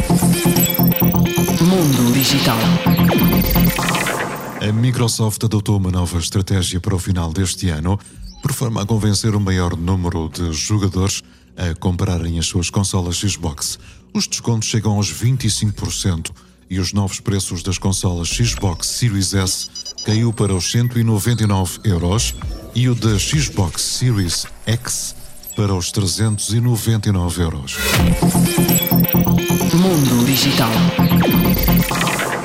Mundo Digital. A Microsoft adotou uma nova estratégia para o final deste ano, por forma a convencer o maior número de jogadores a comprarem as suas consolas Xbox. Os descontos chegam aos 25% e os novos preços das consolas Xbox Series S caiu para os 199€ e o da Xbox Series X para os 399€. Mundo Digital.